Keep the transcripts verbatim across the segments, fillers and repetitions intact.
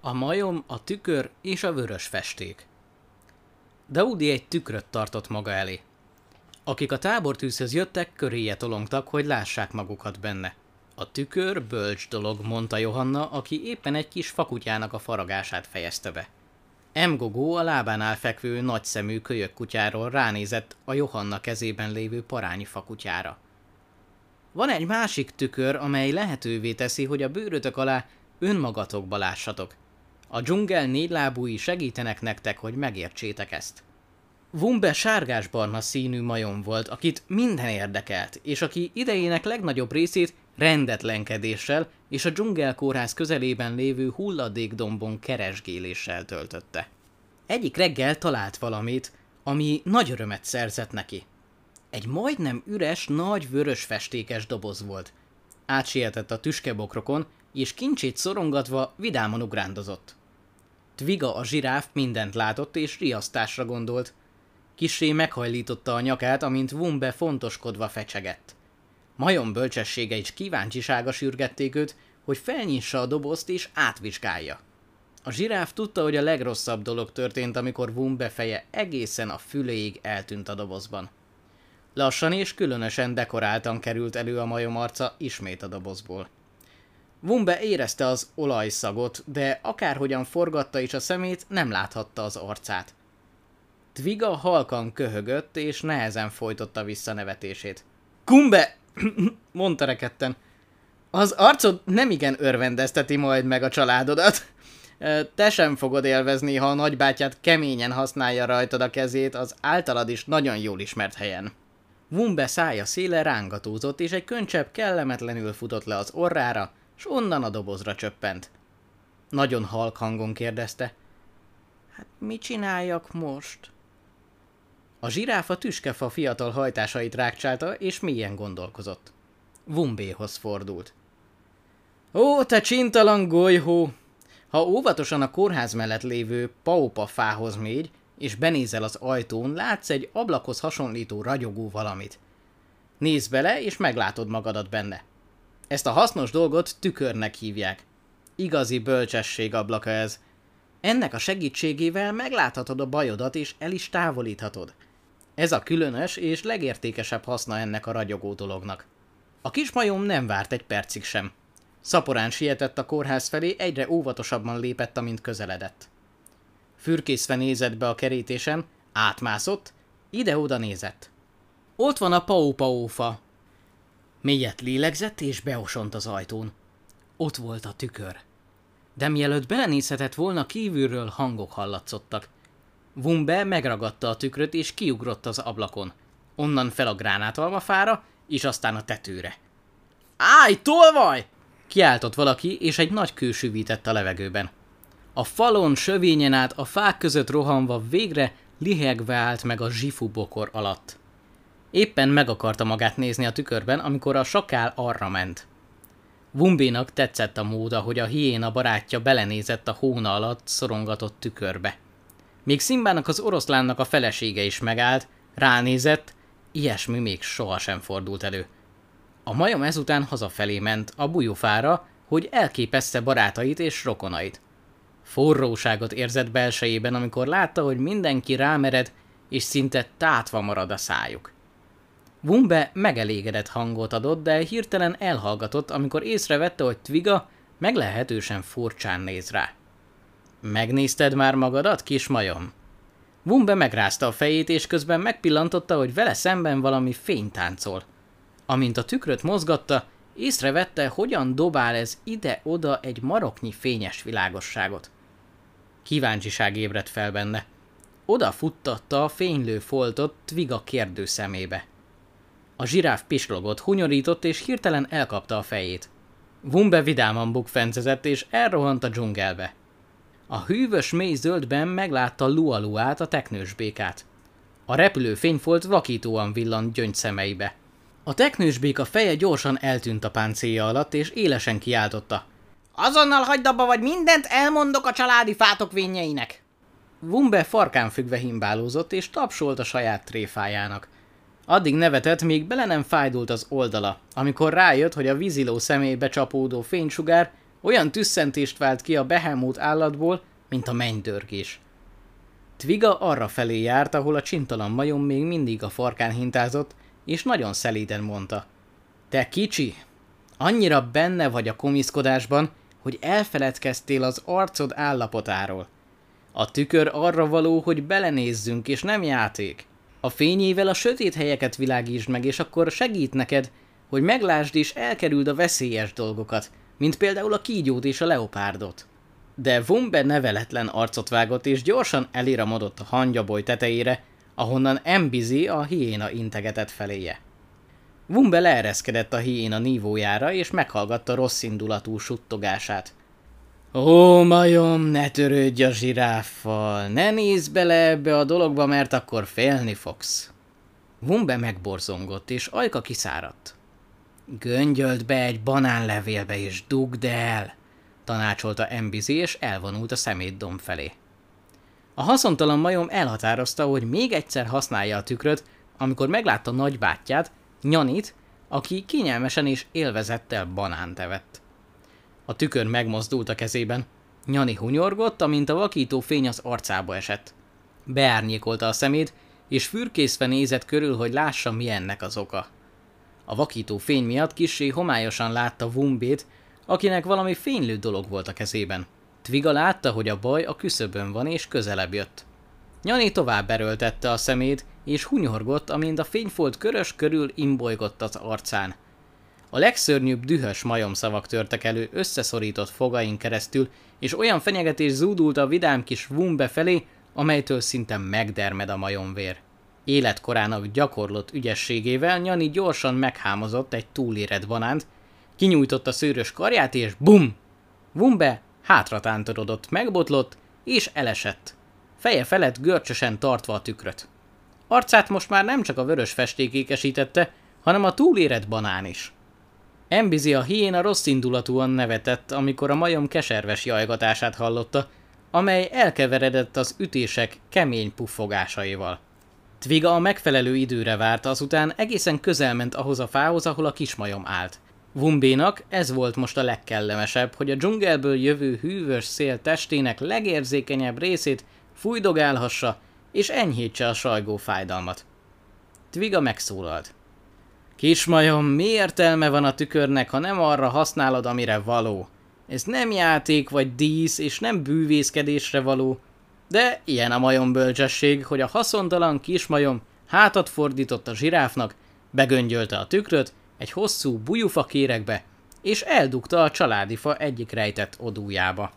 A majom, a tükör és a vörös festék. Daudi egy tükröt tartott maga elé. Akik a tábortűzhöz jöttek, köréje tolongtak, hogy lássák magukat benne. A tükör bölcs dolog, mondta Johanna, aki éppen egy kis fakutyának a faragását fejezte be. Emgogó a lábánál fekvő nagyszemű kölyök kutyáról ránézett a Johanna kezében lévő parányi fakutyára. Van egy másik tükör, amely lehetővé teszi, hogy a bőrötök alá önmagatokba lássatok. A dzsungel négylábúi segítenek nektek, hogy megértsétek ezt. Wumbe sárgás-barna színű majom volt, akit minden érdekelt, és aki idejének legnagyobb részét rendetlenkedéssel és a dzsungelkórház közelében lévő hulladékdombon keresgéléssel töltötte. Egyik reggel talált valamit, ami nagy örömet szerzett neki. Egy majdnem üres, nagy vörös festékes doboz volt. Átsietett a tüskebokrokon, és kincsét szorongatva vidáman ugrándozott. Twiga a zsiráf mindent látott, és riasztásra gondolt. Kissé meghajlította a nyakát, amint Wumbe fontoskodva fecsegett. Majom bölcsessége és kíváncsisága sürgették őt, hogy felnyissa a dobozt és átvizsgálja. A zsiráf tudta, hogy a legrosszabb dolog történt, amikor Wumbe feje egészen a füléig eltűnt a dobozban. Lassan és különösen dekoráltan került elő a majom arca ismét a dobozból. Wumbe érezte az olajszagot, de akárhogyan forgatta is a szemét, nem láthatta az arcát. Twiga halkan köhögött, és nehezen folytotta vissza nevetését. Kumbe! mondta rekedten. Az arcod nemigen örvendezteti majd meg a családodat. Te sem fogod élvezni, ha a nagybátyád keményen használja rajtad a kezét az általad is nagyon jól ismert helyen. Wumbe szája széle rángatózott, és egy könycsepp kellemetlenül futott le az orrára, s onnan a dobozra csöppent. Nagyon halk hangon kérdezte. Hát mit csináljak most? A zsiráf a tüskefa fiatal hajtásait rákcsálta, és mélyen gondolkozott. Wumbéhoz fordult. Ó, te csintalan golyhó! Ha óvatosan a kórház mellett lévő paupa fához mégy, és benézel az ajtón, látsz egy ablakhoz hasonlító ragyogó valamit. Nézz bele, és meglátod magadat benne. Ezt a hasznos dolgot tükörnek hívják. Igazi bölcsesség ablaka ez. Ennek a segítségével megláthatod a bajodat, és el is távolíthatod. Ez a különös és legértékesebb haszna ennek a ragyogó dolognak. A kismajom nem várt egy percig sem. Szaporán sietett a kórház felé, egyre óvatosabban lépett, amint közeledett. Fürkészve nézett be a kerítésen, átmászott, ide-oda nézett. Ott van a pau-pau-fa. Mélyet lélegzett, és beosont az ajtón. Ott volt a tükör. De mielőtt belenézhetett volna, kívülről hangok hallatszottak. Wumbe megragadta a tükröt, és kiugrott az ablakon. Onnan fel a gránátalmafára, és aztán a tetőre. Állj, tolvaj! Kiáltott valaki, és egy nagy kő süvített a levegőben. A falon sövényen át, a fák között rohanva végre lihegve állt meg a zsifu bokor alatt. Éppen meg akarta magát nézni a tükörben, amikor a sakál arra ment. Wumbénak tetszett a mód, hogy a hiéna barátja belenézett a hóna alatt szorongatott tükörbe. Még Szimbának az oroszlánnak a felesége is megállt, ránézett, ilyesmi még sohasem fordult elő. A majom ezután hazafelé ment, a bujófára, hogy elképessze barátait és rokonait. Forróságot érzett belsejében, amikor látta, hogy mindenki rámered, és szinte tátva marad a szájuk. Wumbe megelégedett hangot adott, de hirtelen elhallgatott, amikor észrevette, hogy Twiga meglehetősen furcsán néz rá. Megnézted már magadat, kis majom? Wumbe megrázta a fejét, és közben megpillantotta, hogy vele szemben valami fény táncol. Amint a tükröt mozgatta, észrevette, hogyan dobál ez ide-oda egy maroknyi fényes világosságot. Kíváncsiság ébredt fel benne. Oda futtatta a fénylő foltot Twiga kérdő szemébe. A zsiráf pislogott, hunyorított, és hirtelen elkapta a fejét. Wumbe vidáman bukfencezett, és elrohant a dzsungelbe. A hűvös mély zöldben meglátta Lualuát, a teknős békát. A repülő fényfolt vakítóan villant gyöngyszemeibe. A teknős béka feje gyorsan eltűnt a páncélja alatt, és élesen kiáltotta. Azonnal hagyd abba, vagy mindent elmondok a családi fátokvényeinek! Wumbe farkán függve himbálózott, és tapsolt a saját tréfájának. Addig nevetett, még bele nem fájdult az oldala, amikor rájött, hogy a víziló szemébe csapódó fénysugár Olyan tüsszentést vált ki a behemoth állatból, mint a mennydörgés. Twiga arra felé járt, ahol a csintalan majom még mindig a farkán hintázott, és nagyon szelíden mondta. Te kicsi, annyira benne vagy a komiszkodásban, hogy elfeledkeztél az arcod állapotáról. A tükör arra való, hogy belenézzünk, és nem játék. A fényével a sötét helyeket világítsd meg, és akkor segít neked, hogy meglásd és elkerüld a veszélyes dolgokat, mint például a kígyót és a leopárdot. De Wumbe neveletlen arcot vágott, és gyorsan eliramodott a hangyaboly tetejére, ahonnan Embizi a hiéna integetett feléje. Wumbe leereszkedett a hiéna nívójára, és meghallgatta rosszindulatú suttogását. Ó, majom, ne törődj a zsiráffal, ne nézz bele ebbe a dologba, mert akkor félni fogsz. Wumbe megborzongott, és ajka kiszáradt. Göngyöld be egy banánlevélbe, és dugd el, tanácsolta Embizi, és elvonult a szemétdomb felé. A haszontalan majom elhatározta, hogy még egyszer használja a tükröt, amikor meglátta nagybátyját, Nyanit, aki kényelmesen és élvezettel banánt evett. A tükör megmozdult a kezében. Nyani hunyorgott, amint a vakító fény az arcába esett. Beárnyékolta a szemét, és fürkészve nézett körül, hogy lássa, mi ennek az oka. A vakító fény miatt kissé homályosan látta Wumbét, akinek valami fénylő dolog volt a kezében. Twiga látta, hogy a baj a küszöbön van, és közelebb jött. Nyani tovább erőltette a szemét, és hunyorgott, amint a fényfolt körös körül imbolygott az arcán. A legszörnyűbb dühös majomszavak törtek elő összeszorított fogain keresztül, és olyan fenyegetés zúdult a vidám kis Wumbe felé, amelytől szinte megdermed a majomvér. Életkorának gyakorlott ügyességével Nyani gyorsan meghámozott egy túlérett banánt, kinyújtotta szőrös karját, és bum! Wumbe hátra tántorodott, megbotlott, és elesett, feje felett görcsösen tartva a tükröt. Arcát most már nem csak a vörös festék ékesítette, hanem a túlérett banán is. Embizi a hiéna rosszindulatúan nevetett, amikor a majom keserves jajgatását hallotta, amely elkeveredett az ütések kemény puffogásaival. Twiga a megfelelő időre várt, azután egészen közel ment ahhoz a fához, ahol a kismajom állt. Wumbénak ez volt most a legkellemesebb, hogy a dzsungelből jövő hűvös szél testének legérzékenyebb részét fújdogálhassa, és enyhítse a sajgó fájdalmat. Twiga megszólalt. Kismajom, mi értelme van a tükörnek, ha nem arra használod, amire való? Ez nem játék vagy dísz, és nem bűvészkedésre való. De ilyen a majom bölcsesség, hogy a haszontalan kismajom hátat fordított a zsiráfnak, begöngyölte a tükröt egy hosszú bujufa kéregbe, és eldugta a családi fa egyik rejtett odújába.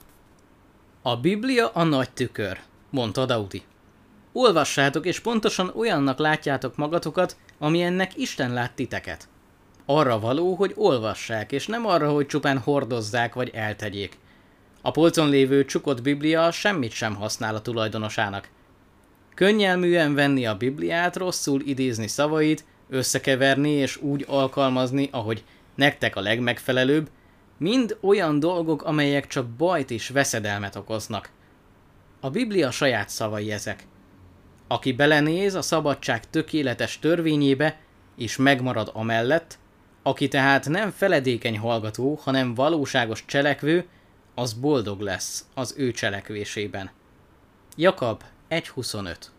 A Biblia a nagy tükör, mondta Dauti. Olvassátok, és pontosan olyannak látjátok magatokat, amilyennek Isten lát titeket. Arra való, hogy olvassák, és nem arra, hogy csupán hordozzák vagy eltegyék. A polcon lévő csukott Biblia semmit sem használ a tulajdonosának. Könnyelműen venni a Bibliát, rosszul idézni szavait, összekeverni és úgy alkalmazni, ahogy nektek a legmegfelelőbb, mind olyan dolgok, amelyek csak bajt és veszedelmet okoznak. A Biblia saját szavai ezek. Aki belenéz a szabadság tökéletes törvényébe, és megmarad amellett, aki tehát nem feledékeny hallgató, hanem valóságos cselekvő, az boldog lesz az ő cselekvésében. Jakab egy huszonöt.